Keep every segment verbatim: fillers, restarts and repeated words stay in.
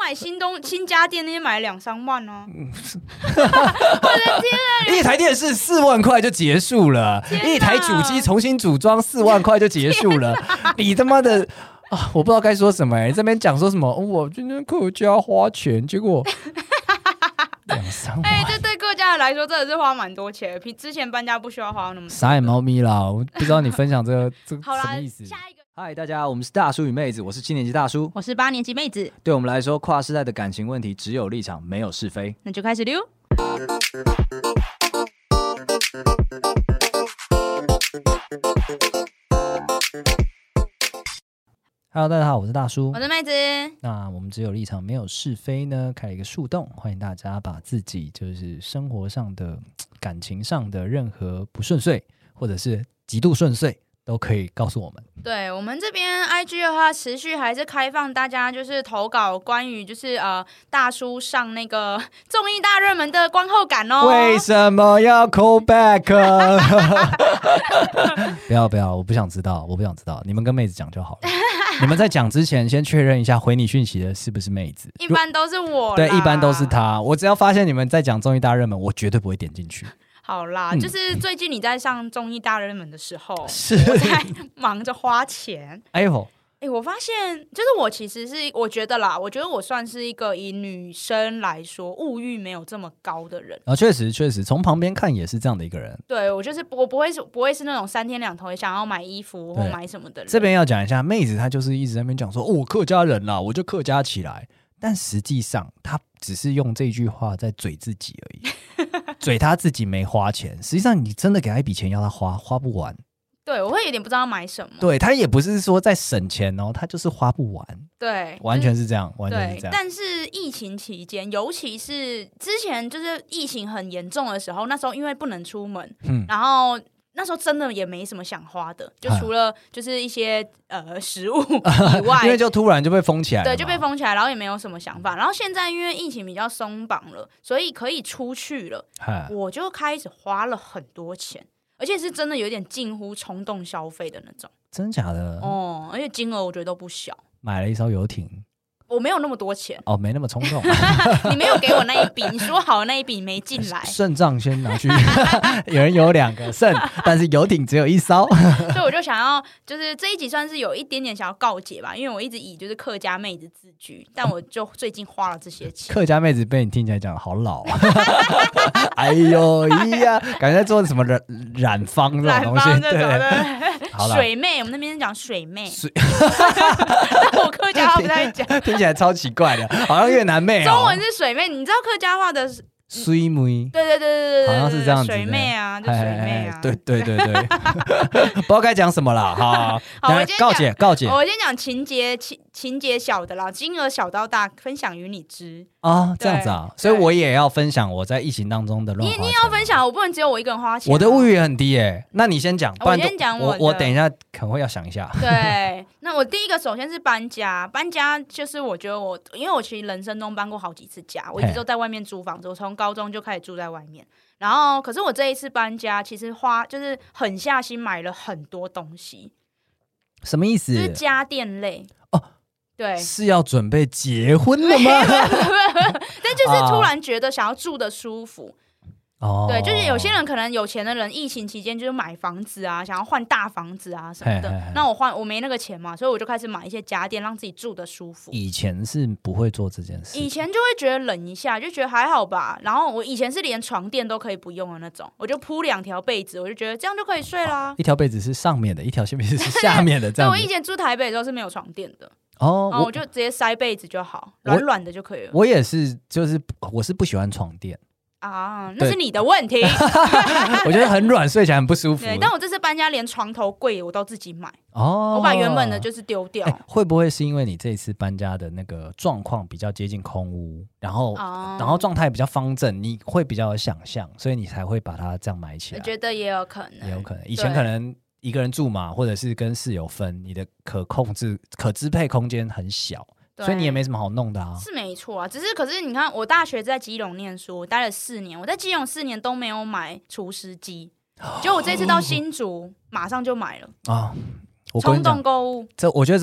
买新东新家电那些买了两三万呢、啊。我的天啊！ 一台电视四万块就结束了，一台主机重新组装四万块就结束了。你他妈的啊！我不知道该说什么哎、欸，这边讲说什么？哦、我今天客家花钱，结果两三万。 哎、欸，这对客家人来说真的是花蛮多钱，比之前搬家不需要花那么多。 傻眼猫咪啦！我不知道你分享这个这个好啦， 什么意思？ 下一个。 嗨，大家，我们是大叔与妹子，我是七年级大叔， 我是八年级妹子。 对我们来说，跨世代的感情问题只有立场，没有是非。 那就开始溜。 Hello， 大家好，我是大叔， 我是妹子。 那我们只有立场，没有是非呢，开了一个树洞，欢迎大家把自己就是生活上的、感情上的任何不顺遂，或者是极度顺遂，都可以告诉我们。 对，我们这边 I G 的话，持续还是开放大家就是投稿关于就是呃大叔上那个综艺大热门的观后感哦。 为什么要 call back？ 不要不要，我不想知道，我不想知道，你们跟妹子讲就好了。你们在讲之前，先确认一下回你讯息的是不是妹子。 一般都是我啦， 对，一般都是她。我只要发现你们在讲综艺大热门，我绝对不会点进去。 好啦、嗯，就是最近你在上综艺大热门的时候， 是我在忙着花钱。 哎呦， 哎、欸，我发现就是我其实是我觉得啦，我觉得我算是一个以女生来说物欲没有这么高的人。 啊，确实确实，从旁边看也是这样的一个人。 对，我就是我不会是不会是那种三天两头也想要买衣服或买什么的人。 这边要讲一下，妹子她就是一直在那边讲说，哦，我客家人啦，我就客家起来。但实际上，她只是用这句话在嘴自己而已，嘴她自己没花钱。实际上，你真的给她一笔钱要她花，花不完。 对，我会有点不知道买什么。 对，她也不是说在省钱哦，她就是花不完。 对， 完全是这样，完全是这样。 但是疫情期间，尤其是之前就是疫情很严重的时候，那时候因为不能出门，嗯、然后。那时候真的也没什么想花的，就除了就是一些呃食物以外， 因为就突然就被封起来了， 对，就被封起来，然后也没有什么想法。然后现在因为疫情比较松绑了，所以可以出去了，我就开始花了很多钱，而且是真的有点近乎冲动消费的那种。 真假的？ 哦，而且金额我觉得都不小。 买了一艘游艇。 我没有那么多钱哦，没那么冲动。 你没有给我那一笔，你说好的那一笔没进来。 肾脏先拿去，有人有两个肾，但是游艇只有一艘。 所以我就想要，就是这一集算是有一点点想要告解吧，因为我一直以就是客家妹子自居，但我就最近花了这些钱。 客家妹子被你听起来讲好老啊！哎呦呀，感觉在做什么染染坊这种东西，对对对。 水妹，我们那边讲水妹，水但我客家话不太讲， 听起来超奇怪的，好像越南妹、哦。 中文是水妹，你知道客家话的水妹？ 对对对对对， 好像是这样子。 水妹啊，就水妹啊， 对对对对，不知道该讲什么了。好， 好，我告解告解。 我先讲情节情情节小的啦，金额小到大，分享于你知啊，这样子啊，所以我也要分享我在疫情当中的乱花钱。 你你也要分享，我不能只有我一个人花钱、啊。 我的物欲也很低耶、欸，那你先讲， 我先讲我我我等一下可能会要想一下。 对，那我第一个首先是搬家，搬家就是我觉得我，因为我其实人生中搬过好几次家，我一直都在外面租房子，我从高中就开始住在外面。然后，可是我这一次搬家，其实花就是狠下心买了很多东西。 什么意思？ 就是家电类哦。 对， 是要准备结婚了吗？ 但就是突然觉得想要住的舒服。 哦， 对，就是有些人可能有钱的人，疫情期间就是买房子啊，想要换大房子啊什么的。嘿嘿嘿，那我换我没那个钱嘛，所以我就开始买一些家电，让自己住的舒服。 以前是不会做这件事， 以前就会觉得冷一下，就觉得还好吧。然后我以前是连床垫都可以不用的那种，我就铺两条被子，我就觉得这样就可以睡啦。 哦、一条被子是上面的，一条被子是下面的，这样子。 对，我以前住台北的时候是没有床垫的。 哦， 我, 我就直接塞被子就好，软软的就可以了。 我也是，就是我是不喜欢床垫啊，那是你的问题。 我觉得很软，睡起来很不舒服。 对，但我这次搬家连床头柜我都自己买。 哦， 我把原本的就是丢掉。 欸、会不会是因为你这一次搬家的那个状况比较接近空屋，然后、哦、然后状态比较方正，你会比较有想象，所以你才会把它这样买起来？ 我觉得也有可能， 也有可能。以前可能一个人住嘛，或者是跟室友分，你的可控制、可支配空间很小，所以你也没什么好弄的啊。 是没错啊，只是可是你看，我大学在基隆念书，我待了四年，我在基隆四年都没有买除湿机，结果我这次到新竹、哦、马上就买了啊！冲动购物， 这我觉得这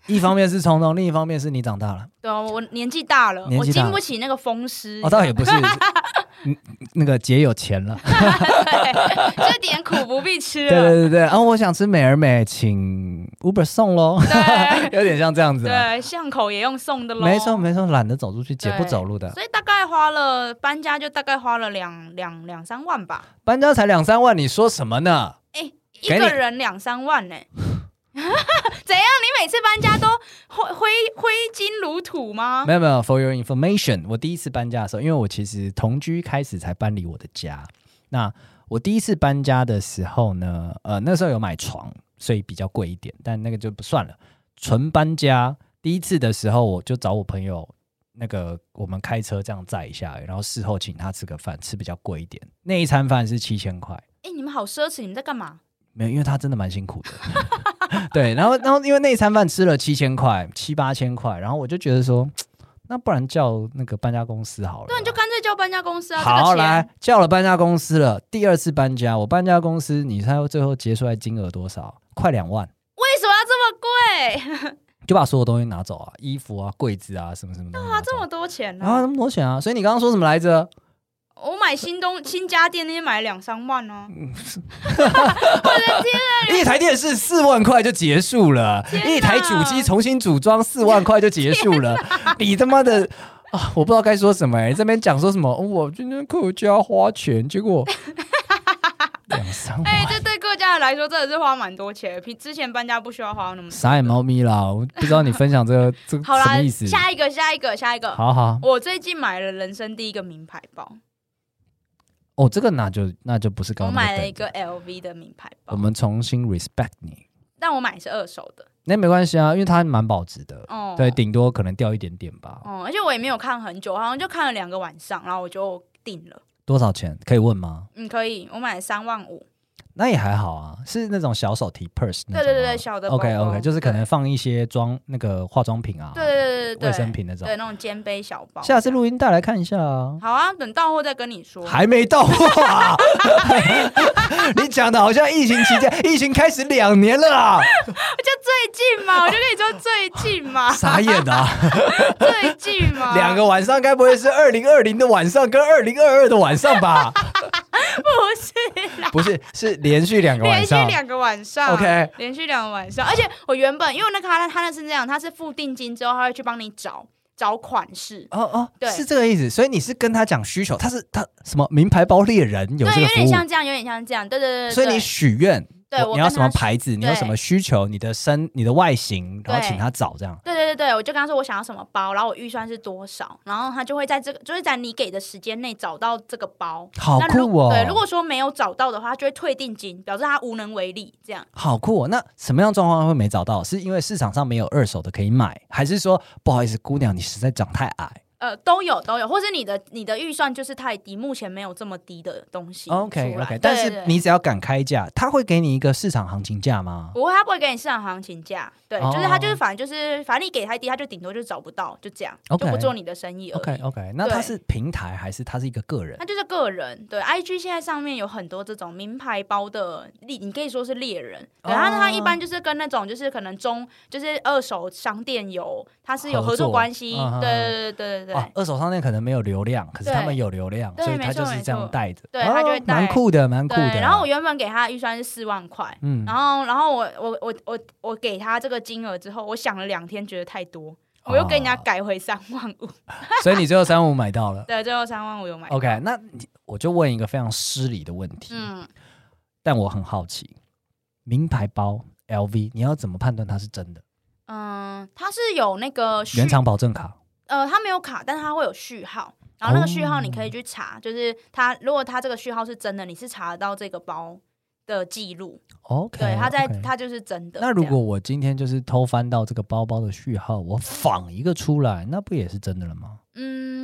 一方面是冲动，另一方面是你长大了。 对，我年纪大了， 年纪大了我经不起那个风湿。 哦，倒也不是，那个姐有钱了， 对，这点苦不必吃了。 对对对对，然后、啊、我想吃美而美，请 Uber 送咯，有点像这样子。 对，巷口也用送的咯。 没错没错，懒得走出去，姐不走路的， 所以大概花了搬家就大概花了两两两三万吧。 搬家才两三万，你说什么呢？ 哎，一个人两三万呢、欸？怎样？你每次搬家都挥挥挥金如土吗？ 没有没有 ，For your information， 我第一次搬家的时候，因为我其实同居开始才搬离我的家。那我第一次搬家的时候呢，呃，那时候有买床，所以比较贵一点，但那个就不算了。纯搬家第一次的时候，我就找我朋友，那个我们开车这样载一下，然后事后请他吃个饭，吃比较贵一点。那一餐饭是七千块。 哎、欸，你们好奢侈，你们在干嘛？ 没有，因为他真的蛮辛苦的。对，然后然后因为那一餐饭吃了七千块，七八千块，然后我就觉得说，那不然叫那个搬家公司好了。 对，你就干脆叫搬家公司啊。 好， 这个、 来叫了搬家公司了。第二次搬家，我搬家公司，你猜最后结出来金额多少？快两万。 为什么要这么贵？ 就把所有东西拿走啊，衣服啊、柜子啊，什么什么的。 对啊，这么多钱呢、 啊？啊，这么多钱啊！所以你刚刚说什么来着？ 我买新东新家电那些买了两三万哦、嗯，我的天啊！ 一台电视四万块就结束了，一台主机重新组装四万块就结束了，你他妈的啊！我不知道该说什么哎、欸，这边讲说什么、哦？我今天客家花钱，结果两三万， 哎、欸，这对各家人来说真的是花蛮多钱，比之前搬家不需要花那么多。 傻眼猫咪啦！我不知道你分享这个这个什么意思？ 下一个，下一个，下一个， 好好， 我最近买了人生第一个名牌包。 哦，这个那就那就不是刚刚我买了一个 L V 的名牌包， 我们重新 respect 你， 但我买的是二手的， 那没关系啊，因为它蛮保值的，哦、对，顶多可能掉一点点吧。 哦、嗯，而且我也没有看很久，好像就看了两个晚上，然后我就订了。 多少钱？可以问吗？ 嗯，可以，我买了三万五。 那也还好啊，是那种小手提 purse 那种。 对对对，小的包包。 OK OK， 就是可能放一些装那个化妆品啊， 对对对对， 卫生品那种。 对，那种肩背小包。 下次录音带来看一下啊。 好啊，等到货再跟你说。 还没到货啊？你讲的好像疫情期间，疫情开始两年了啊。 就最近嘛，我就跟你说最近嘛。 傻眼啊！ 最近嘛。 两个晚上该不会是二零二零的晚上跟二零二二的晚上吧？ 不是啦， 不是，是连续两个晚上， 连续两个晚上 ，OK， 连续两个晚上，而且我原本因为那个他他那是这样，他是付定金之后，他会去帮你找找款式， 哦哦， 对， 是这个意思，所以你是跟他讲需求，他是他什么名牌包猎人有这个服务， 对，有点像这样，有点像这样，对对 对, 对， 所以你许愿。 对， 你要什么牌子？你有什么需求？你的身、你的外形，然后请他找这样。 对对对对，我就跟他说我想要什么包，然后我预算是多少，然后他就会在这个就是在你给的时间内找到这个包。 好酷哦！ 对，如果说没有找到的话，他就会退定金，表示他无能为力。这样好酷哦！那什么样状况会没找到？是因为市场上没有二手的可以买，还是说不好意思，姑娘你实在长太矮？ 呃，都有都有，或是你的你的预算就是太低，目前没有这么低的东西。 OK OK， 但是你只要敢开价，他会给你一个市场行情价吗？ 不会，他不会给你市场行情价。对，哦、就是他就是反正就是反正你给太低，他就顶多就找不到，就这样， okay, 就不做你的生意而已。 OK OK， 那他是平台还是他是一个个人？ 他就是个人。对 ，I G 现在上面有很多这种名牌包的，你可以说是猎人。对，他、哦、他一般就是跟那种就是可能中就是二手商店有，他是有合作关系。对对对对对、 哦、二手商店可能没有流量，可是他们有流量，所以他就是这样带着。 对，他就会带， 蛮、哦、酷的，蛮酷的。 然后我原本给他的预算是四万块，嗯，然后然后我我我我我给他这个金额之后，我想了两天，觉得太多，我又跟人家改回三万五， 所以你最后三万五买到了。 对，最后三万五有买到。 OK， 那我就问一个非常失礼的问题，嗯，但我很好奇，名牌包 L V 你要怎么判断它是真的？ 嗯，它是有那个原厂保证卡。 呃，它没有卡，但是它会有序号，然后那个序号你可以去查，哦、就是它如果它这个序号是真的，你是查得到这个包的记录。 OK， 对，它在 okay. 它就是真的。 那如果我今天就是偷翻到这个包包的序号，我仿一个出来，那不也是真的了吗？ 嗯，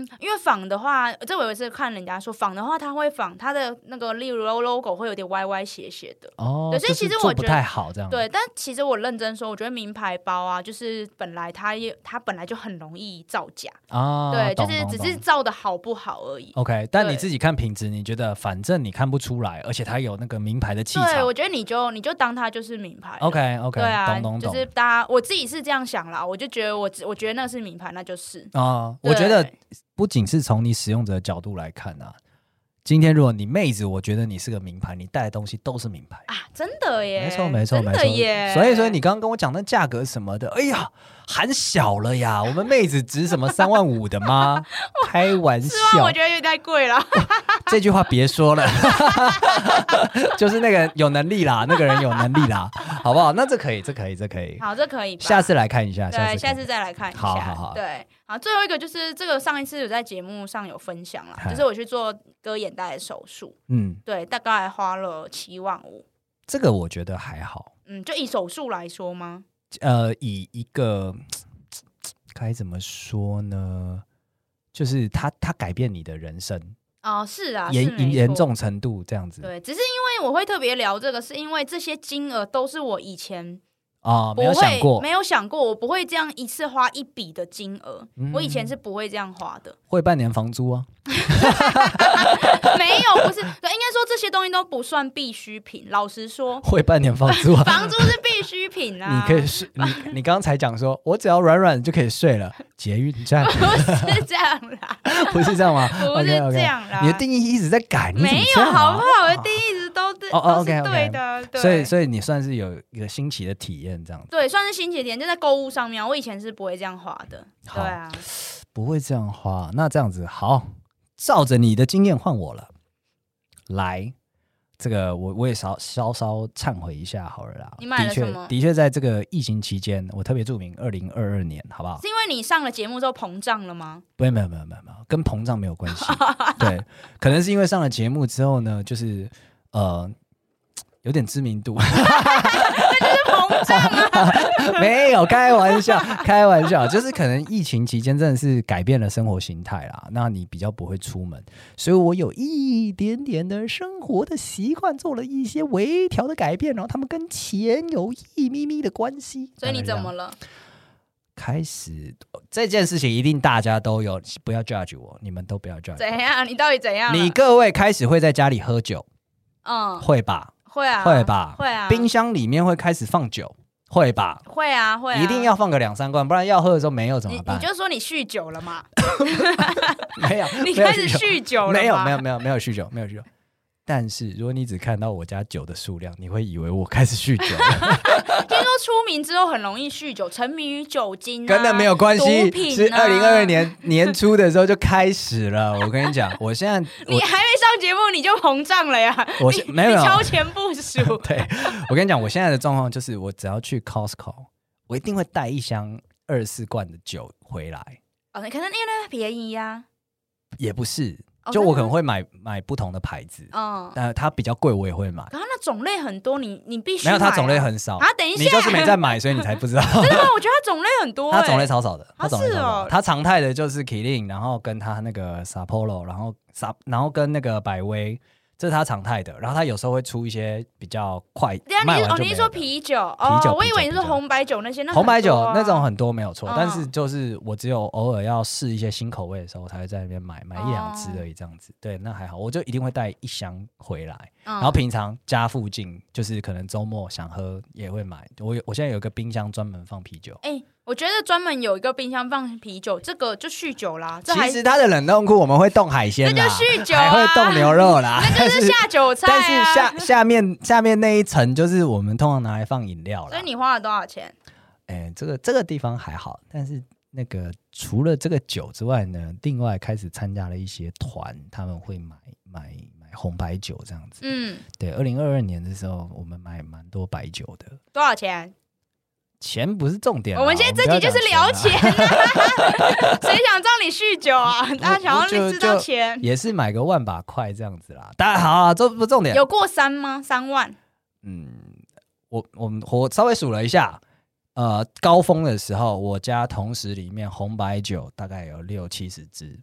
嗯，因为仿的话，这我也是看人家说仿的话，它会仿它的那个，例如 logo 会有点歪歪斜斜的。 哦， 对，所以其实我觉得不太好这样。 对，但其实我认真说，我觉得名牌包啊，就是本来它也它本来就很容易造假啊， 对， 懂就是只是造的好不好而已。 OK， 但你自己看品质，你觉得反正你看不出来，而且它有那个名牌的气场。 对，我觉得你就你就当它就是名牌。 OK OK， 对啊， 懂懂懂。 就是大家我自己是这样想啦，我就觉得我我觉得那是名牌，那就是啊。我觉得不仅是从你使用者的角度来看啊。今天如果你妹子，我觉得你是个名牌，你带的东西都是名牌啊，真的耶， 没错没错真的耶。 所以所以你刚刚跟我讲那价格什么的，哎呀，喊小了呀，我们妹子值什么三万五的吗？开玩笑， 是吗？我觉得有点太贵了。 这句话别说了，就是那个有能力啦，那个人有能力啦，好不好？那这可以，这可以，这可以， 好，这可以吧。 下次来看一下， 对，下次再来看一下。 好好好， 对，好，最后一个就是这个，上一次有在节目上有分享啦，就是我去做割眼袋的手术，嗯，对，大概花了七万五。 这个我觉得还好， 嗯，就以手术来说吗？ 呃，以一个该怎么说呢？就是它它改变你的人生哦，是啊， 严严重程度这样子。 对，只是因为我会特别聊这个，是因为这些金额都是我以前。 哦，没有想过， 没有想过，我不会这样一次花一笔的金额。嗯、我以前是不会这样花的， 汇半年房租啊？ 没有，不是，对，应该说这些东西都不算必需品。老实说， 汇半年房租啊， 房租是必需品啊。 你可以睡，你你刚才讲说，我只要软软就可以睡了，捷运站不是这样啦， 不是这样吗？ 不是这样啦， okay, okay, 你的定义一直在改，你怎么没有好不好？我的定义一直都对， 哦都是对的，对。 所以所以你算是有一个新奇的体验，这样子。 对，算是新奇的体验，就在购物上面，我以前是不会这样花的。对啊， 不会这样花。那这样子好，照着你的经验换我了。来，这个我我也稍稍稍忏悔一下好了啦。 你买了什么？ 的确，在这个疫情期间，我特别注明二零二二年，好不好？ 是因为你上了节目之后膨胀了吗？ 没有没有没有没有没有，跟膨胀没有关系。对，可能是因为上了节目之后呢，就是呃有点知名度。 那就是膨胀啊！ 没有开玩笑，开玩笑，就是可能疫情期间真的是改变了生活形态啦，那你比较不会出门，所以我有一点点的生活的习惯做了一些微调的改变，然后他们跟钱有一咪咪的关系。 所以你怎么了？ 开始这件事情一定大家都有，不要 judge 我，你们都不要 judge 我。 怎样？你到底怎样？ 你各位开始会在家里喝酒， 嗯， 会吧？ 会啊， 会吧， 会啊。 冰箱里面会开始放酒，会吧？ 会啊，会啊。 一定要放个两三罐，不然要喝的时候没有怎么办？ 你, 你就说你酗酒了嘛？ 没有， 你开始酗酒了？ 没有，没有，没有，没有酗酒，没有酗酒。但是如果你只看到我家酒的数量，你会以为我开始酗酒了。 听说出名之后很容易酗酒，沉迷于酒精、啊， 跟那没有关系。 毒品啊、 是二零二二年年初的时候就开始了。我跟你讲，我现在你还没上节目你就膨胀了呀？ 我没有， 你超前部署。 对，我跟你讲，我现在的状况就是，我只要去 Costco， 我一定会带一箱二十四罐的酒回来。 哦，可能因为那便宜呀、啊。 也不是。就我可能会买买不同的牌子，嗯，但它比较贵，我也会买。 可它那种类很多，你你必须、 没啊、 有，它种类很少啊。等一下， 你就是没在买，所以你才不知道。 真的吗？我觉得它种类很多、欸， 它种类超少的。它种类超少的。 哦、 它常态的就是 Kirin， 然后跟它那个 Sapporo， 然后然后跟那个百威。这是它常态的，然后它有时候会出一些比较快卖完就没有的。 哦，你是说啤酒？ 啤酒， 哦、我以为你是红白酒那些。那红白酒那种很多没有错， 哦、 但是就是我只有偶尔要试一些新口味的时候，我才会在那边买买一两支而已，这样子。对，那还好，我就一定会带一箱回来。嗯、然后平常家附近就是可能周末想喝也会买。我我现在有一个冰箱专门放啤酒。 哎、欸。我觉得专门有一个冰箱放啤酒，这个就酗酒啦。这其实它的冷冻库我们会冻海鲜啦， 这就酗酒、啊， 还会冻牛肉啦， 那就是下酒菜、啊。 但是下下面下面那一层就是我们通常拿来放饮料啦。 所以你花了多少钱？ 哎、欸，这个这个地方还好，但是那个除了这个酒之外呢，另外开始参加了一些团，他们会买买买红白酒这样子。嗯，对，二零二二年的时候，我们买蛮多白酒的。 多少钱？ 钱不是重点、啊， 我们现在这集就是聊钱、啊，谁想知道你酗酒啊？大家想要知道钱， 也是买个万把块这样子啦。当然好啊，这不重点。 有过三吗？三万？ 嗯，我我我稍微数了一下，呃，高峰的时候，我家同时里面红白酒大概有六七十支。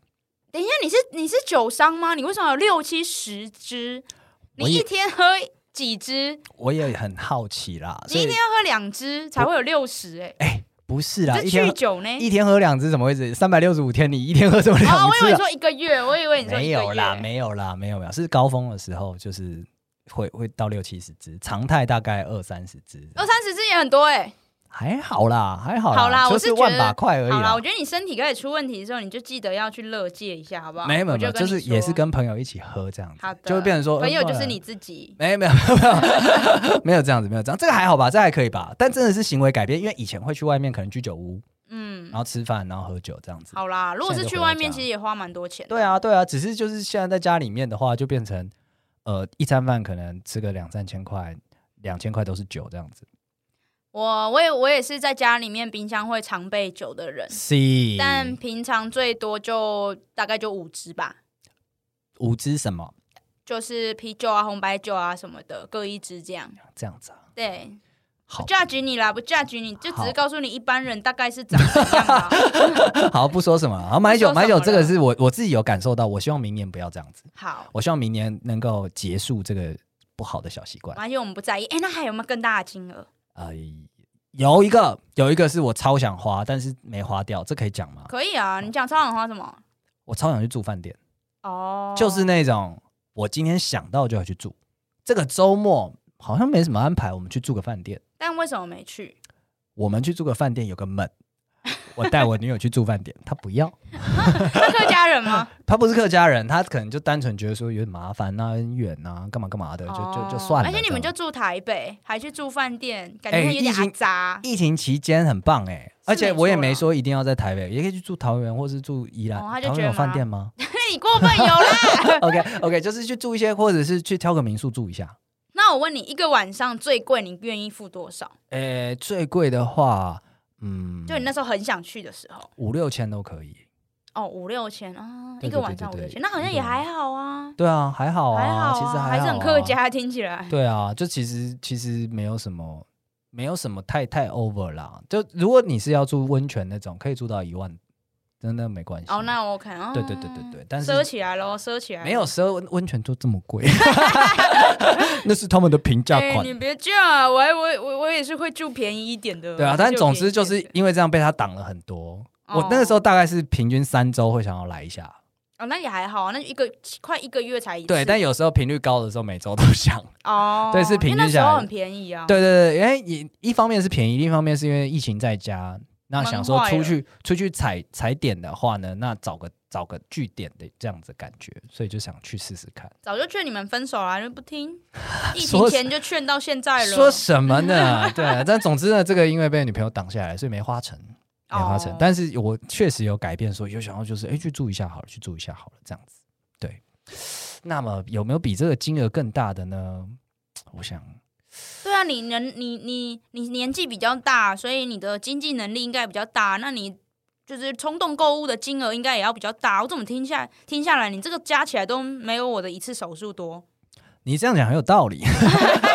等一下，你是你是酒商吗？你为什么有六七十支？你一天喝几支？ 我也很好奇啦。 你一天要喝两支才会有六十哎。 哎，不是啦， 你是酗酒呢？ 一天喝两支怎么会是三百六十五天？你一天喝这么两支、啊？ 哦，我以为你说一个月，我以为你说一个月。 没有啦，没有啦，没有没有，是高峰的时候就是会会到六七十支，常态大概二三十支。 二三十支也很多哎、欸。 还好啦，还好啦， 好啦， 就是万把块而已啦。 好啦，我觉得你身体开始出问题的时候，你就记得要去乐戒一下，好不好？ 没有没有，就, 就是也是跟朋友一起喝这样子， 好的， 就会变成说朋友就是你自己。 没有没有没有没有没有这样子，没有这样，这个还好吧，这还可以吧。但真的是行为改变，因为以前会去外面可能居酒屋，嗯，然后吃饭，然后喝酒这样子。 好啦，如果是去外面，其实也花蛮多钱的。 对啊对啊，只是就是现在在家里面的话，就变成呃一餐饭可能吃个两三千块，两千块都是酒这样子。 我我也我也是在家里面冰箱会常备酒的人，但平常最多就大概就五支吧。 五支什么？ 就是啤酒啊、红白酒啊什么的，各一支这样。这样子啊？ 对。不 judge 你啦，不 judge 你，就只是告诉你一般人大概是长怎样啦。 好，不说什么。好，买酒买酒，这个是我我自己有感受到，我希望明年不要这样子。 好， 我希望明年能够结束这个不好的小习惯。 而且我们不在意。哎，那还有没有更大的金额？ 呃，有一个，有一个是我超想花，但是没花掉，这可以讲吗？ 可以啊，你讲超想花什么？ 我超想去住饭店。 哦， 就是那种我今天想到就要去住。这个周末好像没什么安排，我们去住个饭店。 但为什么没去？ 我们去住个饭店有个门，我带我女友去住饭店，她不要。 她客家人吗？ 她不是客家人，她可能就单纯觉得说有点麻烦啊、很远啊、干嘛干嘛的，就就就算了。 而且你们就住台北，还去住饭店，感觉有点阿杂。 疫情期间很棒哎、欸，而且我也没说一定要在台北，也可以去住桃园或是住宜兰。 哦、 桃园有饭店吗？ 你过分有啦。 OK OK， 就是去住一些，或者是去挑个民宿住一下。 那我问你，一个晚上最贵，你愿意付多少？ 诶，最贵的话，嗯， 就你那时候很想去的时候， 五六千都可以。 哦，五六千啊，一个晚上五六千，那好像也还好啊。 对啊，还好啊， 还好啊， 其实还好、啊、 还是很客家，听起来。 对啊，就其实其实没有什么，没有什么太太 over 啦。就如果你是要住温泉那种，可以住到一万。真的没关系哦，那 OK 哦。 对对对对对，但是奢起来咯，奢起来。 没有奢温泉就这么贵，那是他们的平价款。 欸、你别这样啊，我还我我我也是会住便宜一点的。 对啊，但总之就是因为这样被他挡了很多。哦、我那个时候大概是平均三周会想要来一下。 哦，那也还好啊，那一个快一个月才一次。 对，但有时候频率高的时候，每周都想。 哦， 对，是平均下来。 因为那时候很便宜啊。 对对对，因为一方面是便宜，另一方面是因为疫情在家。那想说出去出去踩踩点的话呢，那找个找个据点的这样子感觉，所以就想去试试看。 早就劝你们分手啦，就不听。疫情前就劝到现在了。 说什么呢？对、啊，但总之呢，这个因为被女朋友挡下来，所以没花成，没花成。哦、但是我确实有改变，说有想要就是哎去住一下好了，去住一下好了这样子。对，那么有没有比这个金额更大的呢？我想。 对啊，你能你你你年纪比较大，所以你的经济能力应该比较大。那你就是冲动购物的金额应该也要比较大。我怎么听下听下来，你这个加起来都没有我的一次手术多。 你这样讲很有道理， 是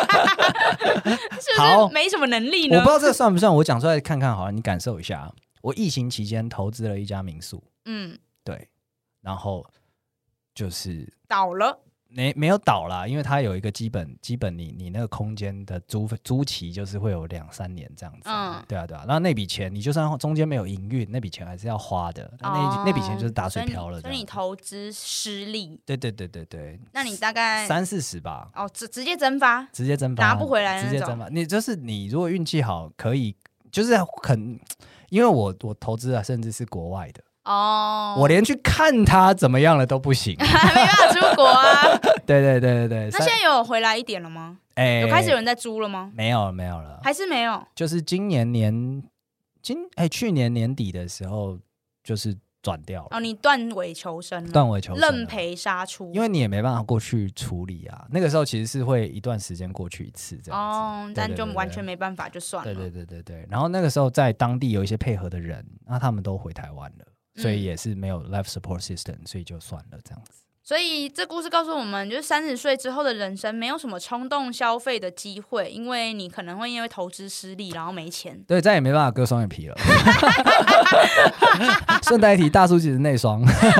不是没什么能力呢？ 我不知道这个算不算，我讲出来看看好了，你感受一下。我疫情期间投资了一家民宿，嗯，对，然后就是倒了。 没没有倒啦，因为它有一个基本基本你你那个空间的租租期就是会有两三年这样子，嗯，对啊对啊，那那笔钱你就算中间没有营运，那笔钱还是要花的，哦、那那笔钱就是打水漂了， 所以你投资失利， 对对对对对， 那你大概三四十吧， 哦，直直接蒸发， 直接蒸发， 拿不回来的那种， 直接蒸发，你就是你如果运气好，可以就是很，因为我我投资啊，甚至是国外的。哦， oh. 我连去看他怎么样了都不行， 没办法出国啊。 对对对对对。 那现在有回来一点了吗？欸、有开始有人在租了吗？ 没有没有了， 还是没有。 就是今年年今哎、欸、去年年底的时候就是转掉了。 哦，你断尾求生了， 断尾求生， 认赔杀出。 因为你也没办法过去处理啊，那个时候其实是会一段时间过去一次这样子。 哦，但就完全没办法，就算了。 对对对对对。然后那个时候在当地有一些配合的人，那他们都回台湾了。所以也是没有 life support system， 所以就算了这样子。 所以这故事告诉我们，就是三十岁之后的人生没有什么冲动消费的机会，因为你可能会因为投资失利，然后没钱。 对，再也没办法割双眼皮了。顺带一提，大叔其实内双。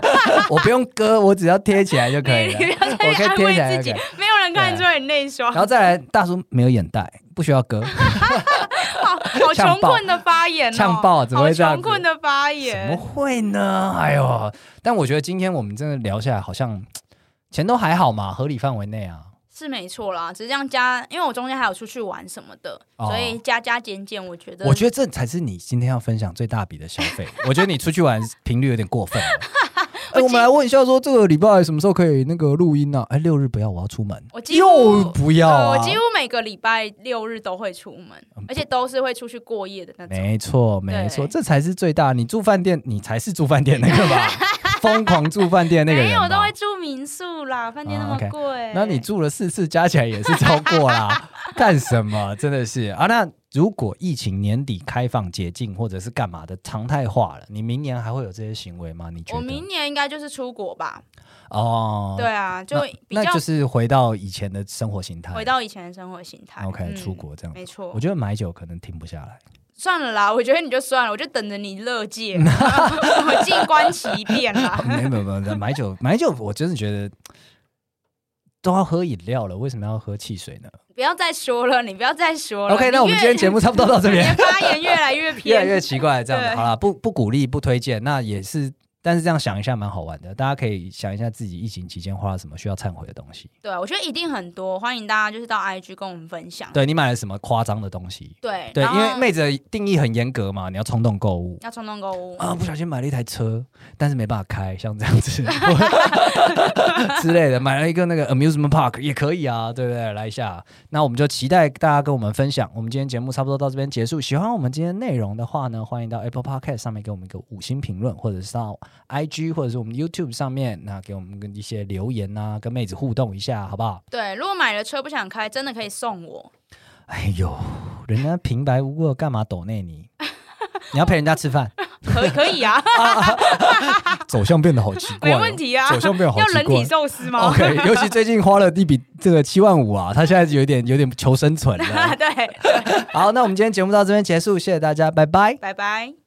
我不用割，我只要贴起来就可以了。 你不要再我可以安贴起来慰自己就可以， 没有人看得出来你内双。 然后再来，大叔没有眼袋，不需要割。 好好穷困的发言哦， 呛爆怎么会这样子好穷困的发怎么言， 会呢？哎呦！但我觉得今天我们真的聊下来，好像钱都还好嘛，合理范围内啊。 是没错啦，只是这样加，因为我中间还有出去玩什么的， 哦所以加加减减，我觉得， 我觉得这才是你今天要分享最大笔的消费。我觉得你出去玩频率有点过分了。哎、我们来问一下，说这个礼拜什么时候可以那个录音呢、啊？哎，六日不要，我要出门。 我几乎又不要、啊呃，我几乎每个礼拜六日都会出门，而且都是会出去过夜的那种。 没错，没错， 对这才是最大。你住饭店，你才是住饭店那个吧？疯狂住饭店那个人吧， 没有，都会住民宿啦，饭店那么贵、 啊 okay 那你住了四次，加起来也是超过啦。干什么？真的是啊！那如果疫情年底开放解禁，或者是干嘛的常态化了，你明年还会有这些行为吗？你觉得？ 我明年应该就是出国吧。 哦， 对啊，就比较那就是回到以前的生活形态， 回到以前的生活形态。 OK，、 嗯、 出国这样， 没错。 我觉得买酒可能停不下来。 算了啦，我觉得你就算了，我就等着你乐戒，我静观其变啦。 没有没有没有，买酒买酒，我真的觉得都要喝饮料了，为什么要喝汽水呢？ 不要再说了，你不要再说了。 OK， 那我们今天节目差不多到这边， 你的发言越来越偏， 越来越奇怪，这样子对好啦，不不鼓励，不推荐，那也是。但是这样想一下蛮好玩的，大家可以想一下自己疫情期间花了什么需要忏悔的东西。 对，我觉得一定很多，欢迎大家就是到 I G 跟我们分享。 对，你买了什么夸张的东西？ 对对， 然后因为妹子的定义很严格嘛，你要冲动购物。 要冲动购物啊，不小心买了一台车，但是没办法开，像这样子之类的，买了一个那个 amusement park 也可以啊，对不对？来一下，那我们就期待大家跟我们分享。我们今天节目差不多到这边结束，喜欢我们今天内容的话呢，欢迎到 Apple Podcast 上面给我们一个五星评论，或者是到 I G 或者是我们 YouTube 上面，那给我们跟一些留言啊，跟妹子互动一下，好不好？ 对，如果买了车不想开，真的可以送我。 哎呦，人家平白无故干嘛抖内你？你要陪人家吃饭？ 可可以啊， 走向变得好奇怪、哦， 没问题啊。 走向变得好奇怪。 要人体寿司吗 ？OK， 尤其最近花了一笔这个七万五啊，他现在有点有点求生存了。 对对， 好，那我们今天节目到这边结束，谢谢大家，拜拜， 拜拜。